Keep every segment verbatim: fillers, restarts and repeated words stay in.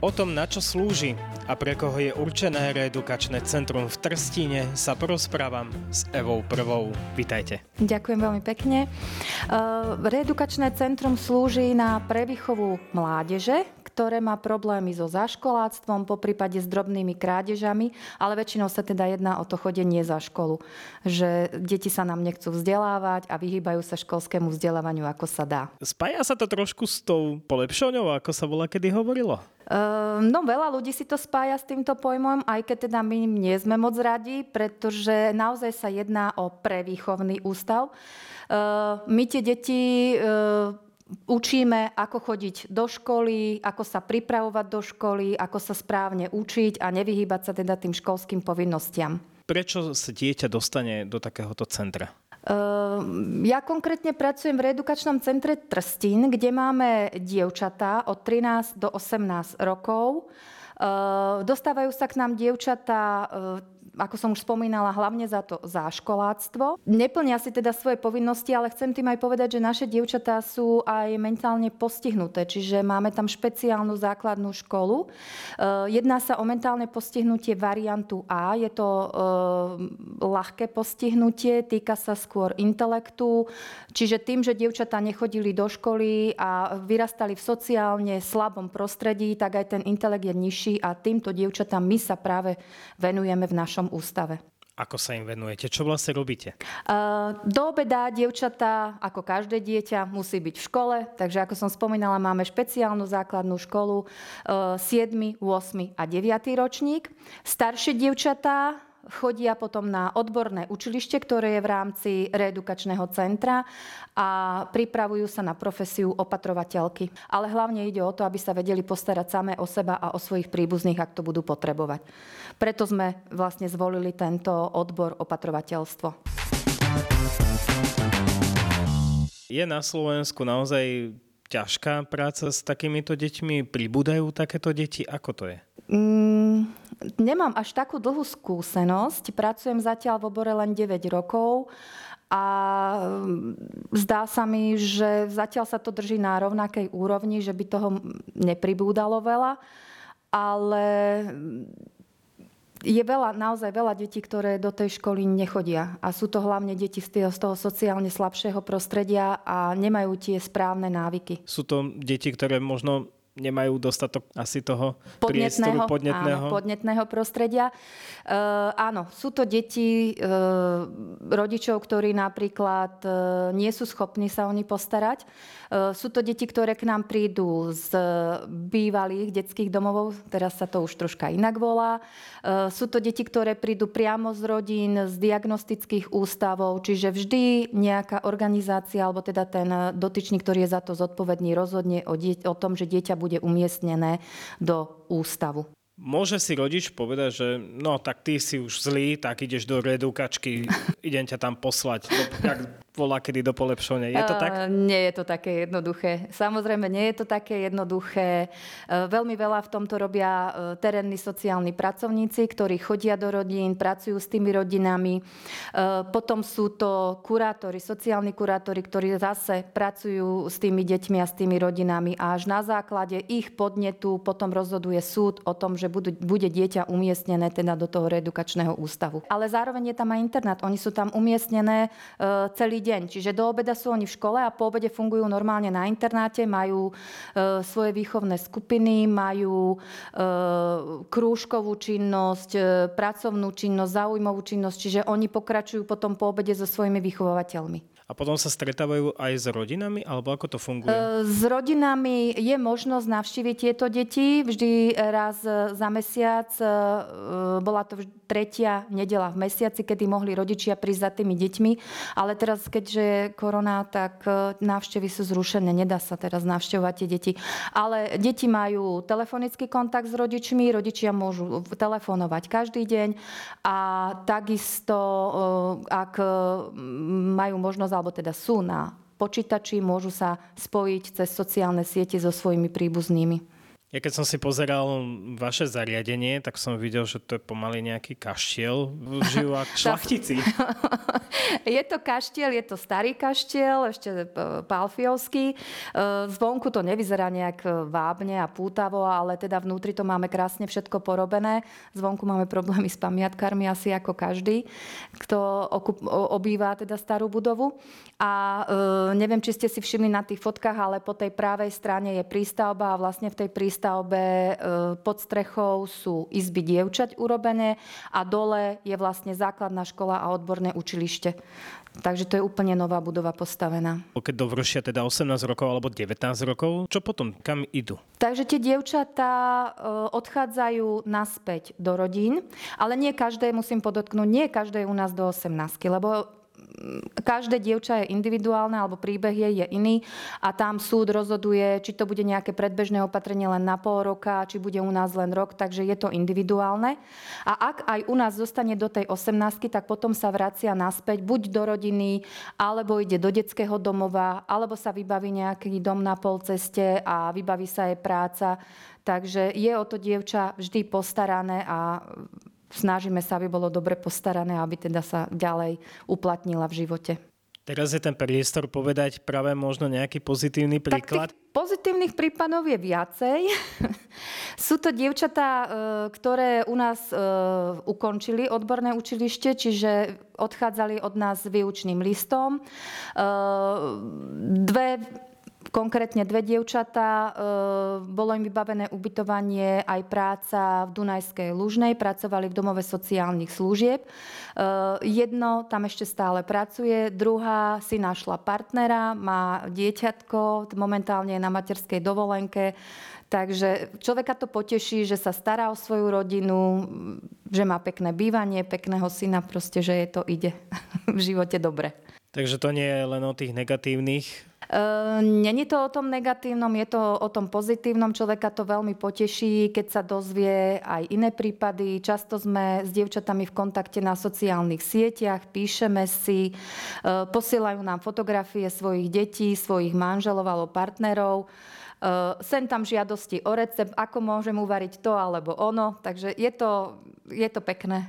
O tom, na čo slúži a pre koho je určené reedukačné centrum v Trstíne, sa porozprávam s Evou Prvou. Vitajte. Ďakujem veľmi pekne. Reedukačné centrum slúži na prevýchovu mládeže, ktoré má problémy so zaškoláctvom, poprípade s drobnými krádežami, ale väčšinou sa teda jedná o to chodenie za školu. Že deti sa nám nechcú vzdelávať a vyhýbajú sa školskému vzdelávaniu, ako sa dá. Spája sa to trošku s tou polepšoňou, ako sa bola kedy hovorilo? No veľa ľudí si to spája s týmto pojmom, aj keď teda my nie sme moc radi, pretože naozaj sa jedná o prevýchovný ústav. My tie deti učíme, ako chodiť do školy, ako sa pripravovať do školy, ako sa správne učiť a nevyhýbať sa teda tým školským povinnostiam. Prečo sa dieťa dostane do takéhoto centra? Ja konkrétne pracujem v reedukačnom centre Trstín, kde máme dievčatá od trinásť do osemnásť rokov. Dostávajú sa k nám dievčatá, ako som už spomínala, hlavne za to záškoláctvo. Neplnia si teda svoje povinnosti, ale chcem tým aj povedať, že naše dievčatá sú aj mentálne postihnuté, čiže máme tam špeciálnu základnú školu. Jedná sa o mentálne postihnutie variantu A, je to e, ľahké postihnutie, týka sa skôr intelektu, čiže tým, že dievčatá nechodili do školy a vyrastali v sociálne slabom prostredí, tak aj ten intelekt je nižší a týmto dievčatám my sa práve venujeme v našom ústave. Ako sa im venujete? Čo vlastne robíte? Do obeda dievčatá, ako každé dieťa, musí byť v škole. Takže ako som spomínala, máme špeciálnu základnú školu siedmy, ôsmy a deviaty ročník. Staršie dievčatá chodia potom na odborné učilište, ktoré je v rámci reedukačného centra a pripravujú sa na profesiu opatrovateľky. Ale hlavne ide o to, aby sa vedeli postarať samé o seba a o svojich príbuzných, ak to budú potrebovať. Preto sme vlastne zvolili tento odbor opatrovateľstvo. Je na Slovensku naozaj ťažká práca s takýmito deťmi? Pribúdajú takéto deti? Ako to je? Mm, nemám až takú dlhú skúsenosť. Pracujem zatiaľ v obore len deväť rokov a zdá sa mi, že zatiaľ sa to drží na rovnakej úrovni, že by toho nepribúdalo veľa, ale je veľa, naozaj veľa detí, ktoré do tej školy nechodia. A sú to hlavne deti z toho, z toho sociálne slabšieho prostredia a nemajú tie správne návyky. Sú to deti, ktoré možno nemajú dostatok asi toho podnetného, priestoru podnetného. Áno, podnetného prostredia. E, áno, sú to deti e, rodičov, ktorí napríklad e, nie sú schopní sa o ne postarať. E, sú to deti, ktoré k nám prídu z bývalých detských domovov, teraz sa to už troška inak volá. E, sú to deti, ktoré prídu priamo z rodín, z diagnostických ústavov, čiže vždy nejaká organizácia, alebo teda ten dotyčný, ktorý je za to zodpovedný, rozhodne o, die- o tom, že dieťa bude umiestnené do ústavu. Môže si rodič povedať, že no tak ty si už zlý, tak ideš do reedukačky, idem ťa tam poslať, jak volá kedy do polepšovne. Je to tak? Uh, nie je to také jednoduché. Samozrejme, nie je to také jednoduché. Uh, veľmi veľa v tomto robia uh, terénni sociálni pracovníci, ktorí chodia do rodín, pracujú s tými rodinami. Uh, potom sú to kurátori, sociálni kurátori, ktorí zase pracujú s tými deťmi a s tými rodinami a až na základe ich podnetu potom rozhoduje súd o tom, že budú, bude dieťa umiestnené teda do toho reedukačného ústavu. Ale zároveň je tam aj internát. Oni sú tam umiestnené uh, celý deň. Čiže do obeda sú oni v škole a po obede fungujú normálne na internáte, majú e, svoje výchovné skupiny, majú e, krúžkovú činnosť, e, pracovnú činnosť, záujmovú činnosť, čiže oni pokračujú potom po obede so svojimi vychovateľmi. A potom sa stretávajú aj s rodinami, alebo ako to funguje? S rodinami je možnosť navštíviť tieto deti vždy raz za mesiac. Bola to tretia nedeľa v mesiaci, kedy mohli rodičia prísť za tými deťmi, ale teraz, keďže je korona, tak návštevy sú zrušené, nedá sa teraz navštevovať tie deti. Ale deti majú telefonický kontakt s rodičmi, rodičia môžu telefonovať každý deň a takisto, ak majú možnosť alebo teda sú na počítači, môžu sa spojiť cez sociálne siete so svojimi príbuznými. Ja keď som si pozeral vaše zariadenie, tak som videl, že to je pomaly nejaký kaštiel. Žijú ako šlachtici. Je to kaštiel, je to starý kaštiel, ešte pálfiovský. Zvonku to nevyzerá nejak vábne a pútavo, ale teda vnútri to máme krásne všetko porobené. Zvonku máme problémy s pamiatkármi asi ako každý, kto obýva teda starú budovu. A neviem, či ste si všimli na tých fotkách, ale po tej pravej strane je prístavba a vlastne v tej prístavbe pod strechou sú izby dievčať urobené a dole je vlastne základná škola a odborné učilište. Takže to je úplne nová budova postavená. Keď dovršia teda osemnásť rokov alebo devätnásť rokov, čo potom? Kam idú? Takže tie dievčatá odchádzajú naspäť do rodín, ale nie každé, musím podotknúť, nie každé je u nás do osemnástky, lebo každé dievča je individuálne, alebo príbeh je, je iný a tam súd rozhoduje, či to bude nejaké predbežné opatrenie len na pol roka, či bude u nás len rok, takže je to individuálne. A ak aj u nás zostane do tej osemnástky, tak potom sa vracia naspäť, buď do rodiny, alebo ide do detského domova, alebo sa vybaví nejaký dom na polceste a vybaví sa jej práca. Takže je o to dievča vždy postarané a snažíme sa, aby bolo dobre postarané, aby teda sa ďalej uplatnila v živote. Teraz je ten priestor povedať práve možno nejaký pozitívny príklad. Tak tých pozitívnych prípadov je viacej. Sú to dievčatá, ktoré u nás ukončili odborné učilište, čiže odchádzali od nás s výučným listom. Dve Konkrétne dve dievčatá, bolo im vybavené ubytovanie aj práca v Dunajskej Lužnej, pracovali v domove sociálnych služieb. Jedno tam ešte stále pracuje, druhá si našla partnera, má dieťatko, momentálne je na materskej dovolenke. Takže človeka to poteší, že sa stará o svoju rodinu, že má pekné bývanie, pekného syna, proste, že je to ide v živote dobre. Takže to nie je len o tých negatívnych? Uh, Není to o tom negatívnom, je to o tom pozitívnom. Človeka to veľmi poteší, keď sa dozvie aj iné prípady. Často sme s dievčatami v kontakte na sociálnych sieťach, píšeme si, uh, posielajú nám fotografie svojich detí, svojich manželov alebo partnerov. Uh, sem tam žiadosti o recept, ako môžem uvariť to alebo ono. Takže je to, je to pekné.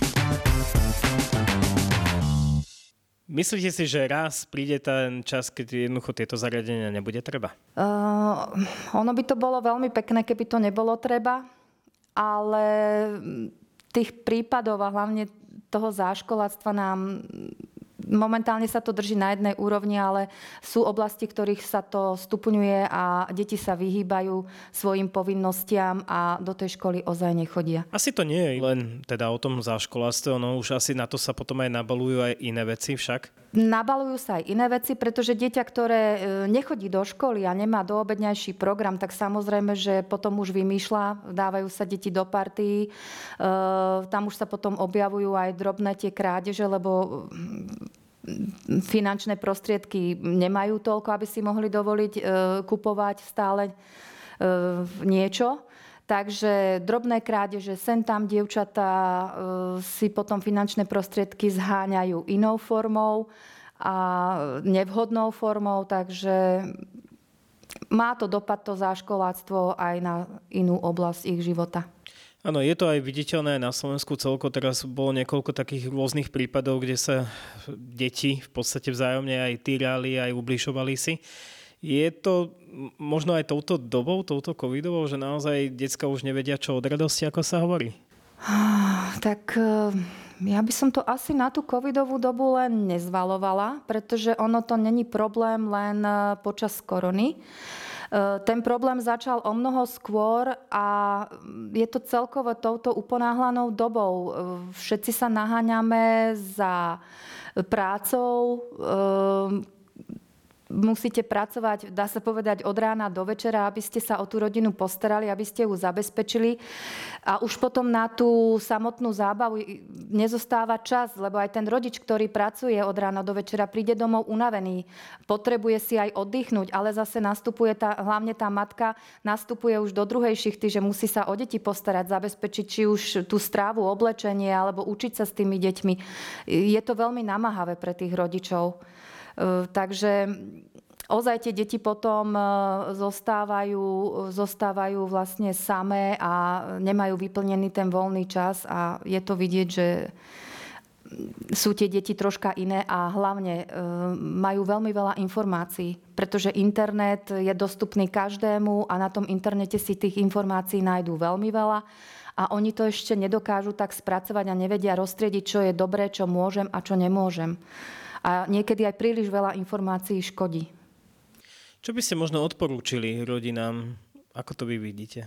Myslíte si, že raz príde ten čas, keď jednoducho tieto zariadenia nebude treba? Uh, ono by to bolo veľmi pekné, keby to nebolo treba, ale tých prípadov a hlavne toho záškoláctva nám momentálne sa to drží na jednej úrovni, ale sú oblasti, ktorých sa to stupňuje a deti sa vyhýbajú svojim povinnostiam a do tej školy ozaj nechodia. Asi to nie je len teda o tom záškoláctve, no už asi na to sa potom aj nabalujú aj iné veci však. Nabalujú sa aj iné veci, pretože dieťa, ktoré nechodí do školy a nemá doobedňajší program, tak samozrejme, že potom už vymýšľa, dávajú sa deti do partií, tam už sa potom objavujú aj drobné tie krádeže, lebo finančné prostriedky nemajú toľko, aby si mohli dovoliť e, kupovať stále e, niečo. Takže drobné krádeže, sem tam dievčatá e, si potom finančné prostriedky zháňajú inou formou a nevhodnou formou, takže má to dopad to záškoláctvo aj na inú oblasť ich života. Áno, je to aj viditeľné na Slovensku celko. Teraz bolo niekoľko takých rôznych prípadov, kde sa deti v podstate vzájomne aj týrali, aj ubližovali si. Je to možno aj touto dobou, touto covidovou, že naozaj decka už nevedia, čo od radosti, ako sa hovorí? Tak ja by som to asi na tú covidovú dobu len nezvalovala, pretože ono to není problém len počas korony. Ten problém začal o mnoho skôr a je to celkovo touto uponáhlanou dobou. Všetci sa naháňame za prácou, musíte pracovať, dá sa povedať, od rána do večera, aby ste sa o tú rodinu postarali, aby ste ju zabezpečili. A už potom na tú samotnú zábavu nezostáva čas, lebo aj ten rodič, ktorý pracuje od rána do večera, príde domov unavený, potrebuje si aj oddychnúť, ale zase nastupuje tá, hlavne tá matka, nastupuje už do druhej šichty, že musí sa o deti postarať, zabezpečiť či už tú strávu, oblečenie, alebo učiť sa s tými deťmi. Je to veľmi namáhavé pre tých rodičov. Takže ozaj tie deti potom zostávajú, zostávajú vlastne samé a nemajú vyplnený ten voľný čas a je to vidieť, že sú tie deti troška iné a hlavne majú veľmi veľa informácií, pretože internet je dostupný každému a na tom internete si tých informácií nájdú veľmi veľa a oni to ešte nedokážu tak spracovať a nevedia roztriediť, čo je dobré, čo môžem a čo nemôžem. A niekedy aj príliš veľa informácií škodí. Čo by ste možno odporúčili rodinám? Ako to vy vidíte?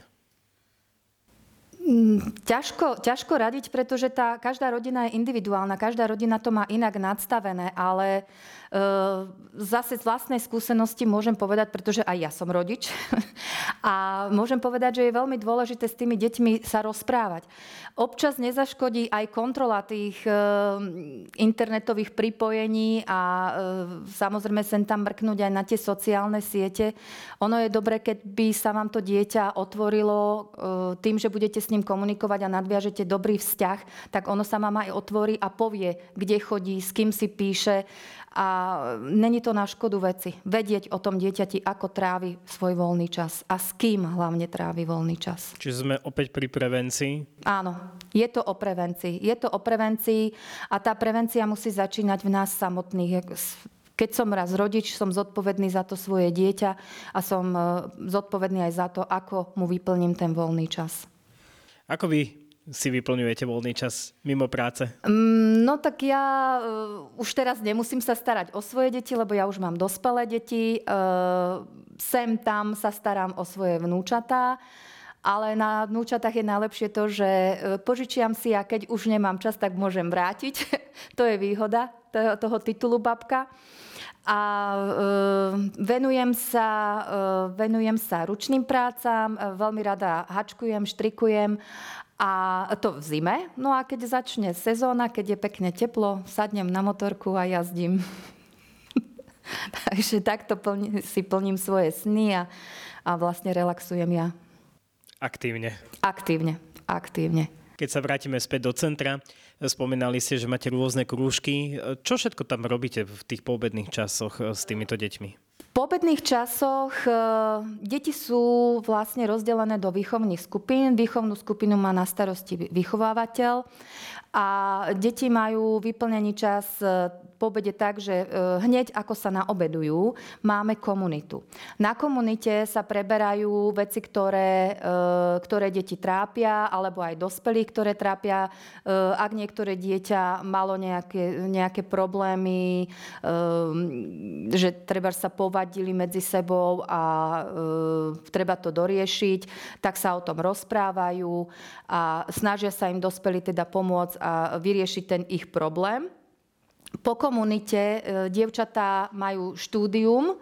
Ťažko, ťažko radiť, pretože tá, každá rodina je individuálna, každá rodina to má inak nadstavené, ale e, zase z vlastnej skúsenosti môžem povedať, pretože aj ja som rodič a môžem povedať, že je veľmi dôležité s tými deťmi sa rozprávať. Občas nezaškodí aj kontrola tých e, internetových pripojení a e, samozrejme sem tam mrknúť aj na tie sociálne siete. Ono je dobre, keď by sa vám to dieťa otvorilo e, tým, že budete s ním komunikovať a nadviažete dobrý vzťah, tak ono sa vám aj otvorí a povie, kde chodí, s kým si píše a není to na škodu veci. Vedieť o tom dieťati, ako trávi svoj voľný čas a s kým hlavne trávi voľný čas. Čiže sme opäť pri prevencii? Áno, je to o prevencii. Je to o prevencii a tá prevencia musí začínať v nás samotných. Keď som raz rodič, som zodpovedný za to svoje dieťa a som zodpovedný aj za to, ako mu vyplním ten voľný čas. Ako vy si vyplňujete voľný čas mimo práce? No tak ja uh, už teraz nemusím sa starať o svoje deti, lebo ja už mám dospelé deti. Uh, sem tam sa starám o svoje vnúčatá, ale na vnúčatách je najlepšie to, že požičiam si a keď už nemám čas, tak môžem vrátiť. To je výhoda toho titulu babka. A e, venujem sa, e, venujem sa ručným prácam, e, veľmi rada hačkujem, štrikujem a to v zime. No a keď začne sezóna, keď je pekne teplo, sadnem na motorku a jazdím. Takže takto plň, si plním svoje sny a, a vlastne relaxujem ja. Aktívne. Aktívne, aktívne. Keď sa vrátime späť do centra, spomínali ste, že máte rôzne krúžky. Čo všetko tam robíte v tých poobedných časoch s týmito deťmi? V poobedných časoch e, deti sú vlastne rozdelené do výchovných skupín. Výchovnú skupinu má na starosti vychovávateľ a deti majú vyplnený čas po obede tak, že hneď ako sa naobedujú, máme komunitu. Na komunite sa preberajú veci, ktoré, ktoré deti trápia, alebo aj dospelí, ktoré trápia. Ak niektoré dieťa malo nejaké, nejaké problémy, že treba sa povadili medzi sebou a treba to doriešiť, tak sa o tom rozprávajú a snažia sa im dospelí teda pomôcť a vyriešiť ten ich problém. Po komunite dievčatá majú štúdium.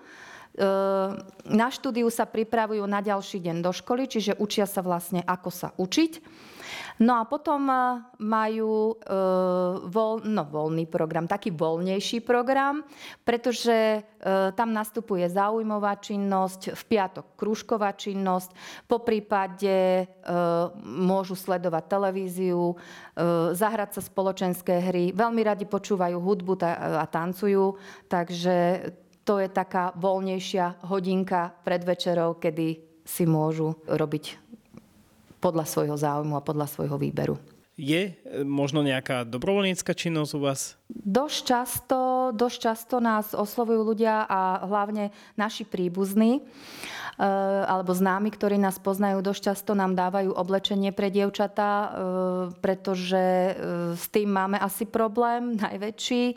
Na štúdiu sa pripravujú na ďalší deň do školy, čiže učia sa vlastne, ako sa učiť. No a potom majú voľ, no, voľný program, taký voľnejší program, pretože tam nastupuje záujmová činnosť, v piatok krúžková činnosť, po prípade môžu sledovať televíziu, zahrať sa spoločenské hry, veľmi radi počúvajú hudbu a tancujú, takže to je taká voľnejšia hodinka pred večerou, kedy si môžu robiť podľa svojho záujmu a podľa svojho výberu. Je možno nejaká dobrovoľnícka činnosť u vás? Dosť často, dosť často nás oslovujú ľudia a hlavne naši príbuzní alebo známi, ktorí nás poznajú, dosť často nám dávajú oblečenie pre dievčatá, pretože s tým máme asi problém najväčší.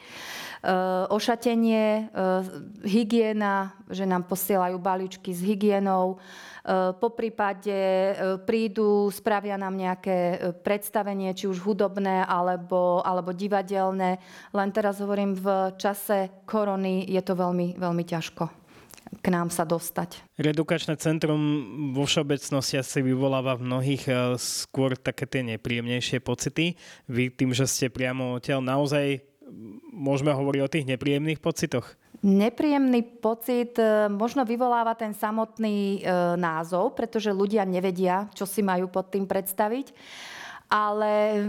Ošatenie, hygiena, že nám posielajú balíčky s hygienou. Po prípade prídu, spravia nám nejaké predstavenie, či už hudobné alebo, alebo divadelné. Len teraz hovorím, v čase korony je to veľmi, veľmi ťažko k nám sa dostať. Reedukačné centrum vo všeobecnosti asi vyvoláva v mnohých skôr také tie nepríjemnejšie pocity. Vy tým, že ste priamo odtiaľ, naozaj môžeme hovoriť o tých nepríjemných pocitoch? Nepríjemný pocit možno vyvoláva ten samotný názov, pretože ľudia nevedia, čo si majú pod tým predstaviť. Ale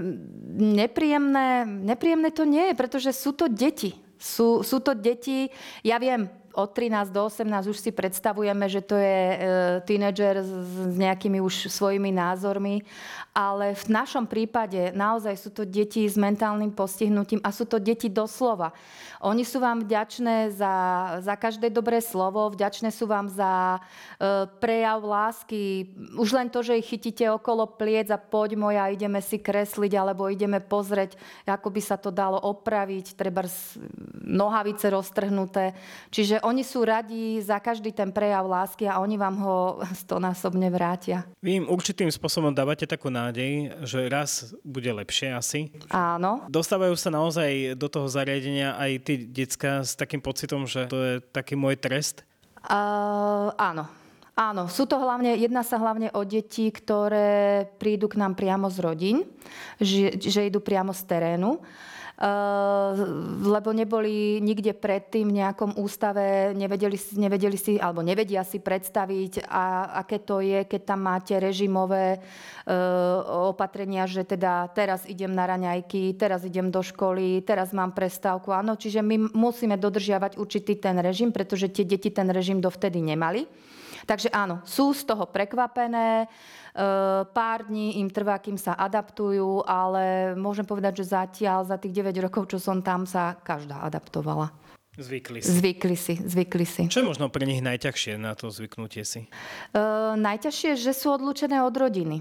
nepríjemné, nepríjemné to nie je, pretože sú to deti. Sú, sú to deti, ja viem, od trinásť do osemnásť už si predstavujeme, že to je tínedžer s nejakými už svojimi názormi, ale v našom prípade naozaj sú to deti s mentálnym postihnutím a sú to deti doslova. Oni sú vám vďačné za, za každé dobré slovo, vďačné sú vám za e, prejav lásky. Už len to, že ich chytíte okolo pliec a poď moja, ideme si kresliť, alebo ideme pozrieť, ako by sa to dalo opraviť, treba nohavice roztrhnuté. Čiže oni sú radi za každý ten prejav lásky a oni vám ho stonásobne vrátia. Vy im určitým spôsobom dávate takú nádej, že raz bude lepšie asi. Áno. Dostávajú sa naozaj do toho zariadenia aj tí decká s takým pocitom, že to je taký môj trest? Uh, áno. Áno, sú to hlavne, jedná sa hlavne o deti, ktoré prídu k nám priamo z rodín, že, že idú priamo z terénu. Uh, lebo neboli nikde predtým v nejakom ústave, nevedeli, nevedeli si, alebo nevedia si predstaviť, a, aké to je, keď tam máte režimové uh, opatrenia, že teda teraz idem na raňajky, teraz idem do školy, teraz mám prestávku. Áno, čiže my musíme dodržiavať určitý ten režim, pretože tie deti ten režim dovtedy nemali. Takže áno, sú z toho prekvapené, pár dní im trvá, kým sa adaptujú, ale môžem povedať, že zatiaľ za tých deväť rokov, čo som tam, sa každá adaptovala. Zvykli si. Zvykli si, zvykli si. Čo je možno pre nich najťažšie na to zvyknutie si? Uh, najťažšie, že sú odlúčené od rodiny.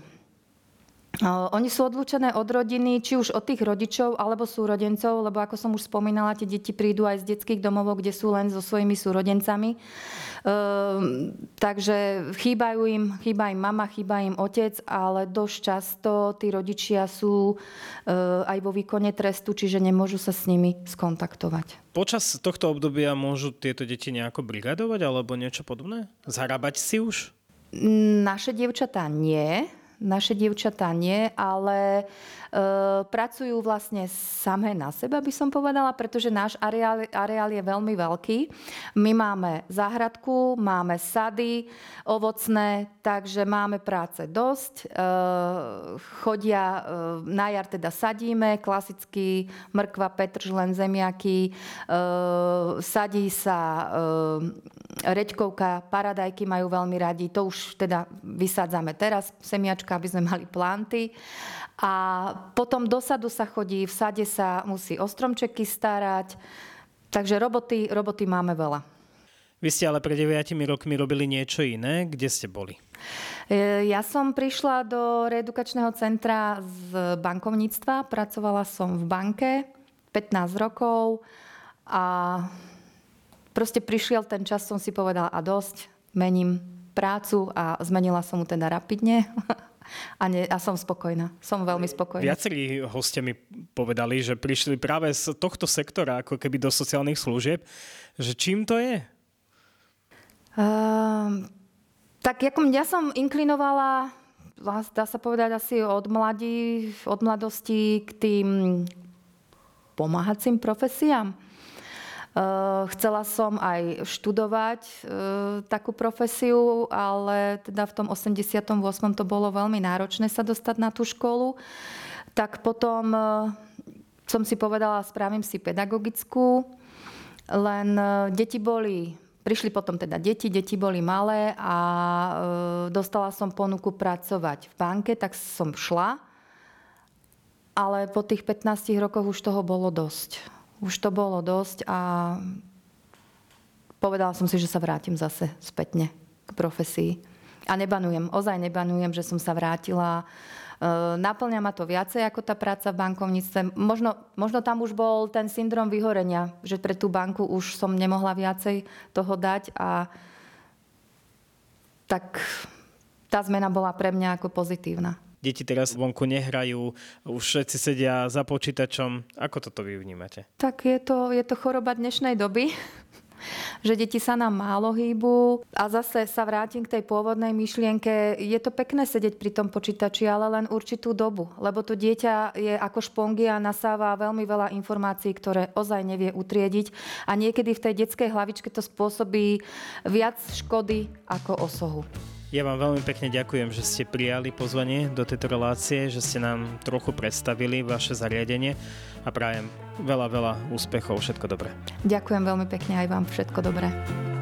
Oni sú odlúčené od rodiny, či už od tých rodičov, alebo súrodencov, lebo ako som už spomínala, tie deti prídu aj z detských domovov, kde sú len so svojimi súrodencami. Ehm, takže chýbajú im, chýba im mama, chýba im otec, ale dosť často tí rodičia sú e, aj vo výkone trestu, čiže nemôžu sa s nimi skontaktovať. Počas tohto obdobia môžu tieto deti nejako brigadovať alebo niečo podobné? Zarábať si už? Naše dievčatá nie. Naše dievčatá nie, ale e, pracujú vlastne samé na seba, by som povedala, pretože náš areál, areál je veľmi veľký. My máme záhradku, máme sady ovocné, takže máme práce dosť. E, chodia, e, na jar teda sadíme, klasicky mrkva, petržlen, zemiaky, e, sadí sa e, reďkovka, paradajky majú veľmi radi, to už teda vysádzame teraz, semiačka, aby sme mali planty. A potom do sadu sa chodí, v sade sa musí o stromčeky starať. Takže roboty, roboty máme veľa. Vy ste ale pred deviatimi rokmi robili niečo iné. Kde ste boli? Ja som prišla do reedukačného centra z bankovníctva. Pracovala som v banke pätnásť rokov a proste prišiel ten čas, som si povedala a dosť, mením prácu a zmenila som mu teda rapidne. A, ne, a som spokojná. Som veľmi spokojná. Viacerí hostia mi povedali, že prišli práve z tohto sektora, ako keby do sociálnych služieb. Že čím to je? Uh, tak ako ja som inklinovala, dá sa povedať asi od mladí, od mladosti k tým pomáhacím profesiám. Uh, chcela som aj študovať uh, takú profesiu, ale teda v tom osemdesiatom ôsmom to bolo veľmi náročné sa dostať na tú školu. Tak potom uh, som si povedala, spravím si pedagogickú, len uh, deti boli, prišli potom teda deti, deti boli malé a uh, dostala som ponuku pracovať v banke, tak som šla, ale po tých pätnástich rokoch už toho bolo dosť. Už to bolo dosť a povedala som si, že sa vrátim zase spätne k profesii. A nebanujem, ozaj nebanujem, že som sa vrátila. Naplňa ma to viacej ako tá práca v bankovníctve. Možno, možno tam už bol ten syndrom vyhorenia, že pre tú banku už som nemohla viacej toho dať a tak tá zmena bola pre mňa ako pozitívna. Deti teraz vonku nehrajú, už všetci sedia za počítačom. Ako toto vy vnímate? Tak je to, je to choroba dnešnej doby, že deti sa nám málo hýbu. A zase sa vrátim k tej pôvodnej myšlienke. Je to pekné sedieť pri tom počítači, ale len určitú dobu. Lebo to dieťa je ako špongy a nasáva veľmi veľa informácií, ktoré ozaj nevie utriediť. A niekedy v tej detskej hlavičke to spôsobí viac škody ako osohu. Ja vám veľmi pekne ďakujem, že ste prijali pozvanie do tejto relácie, že ste nám trochu predstavili vaše zariadenie a prajem veľa, veľa úspechov, všetko dobré. Ďakujem veľmi pekne aj vám, všetko dobré.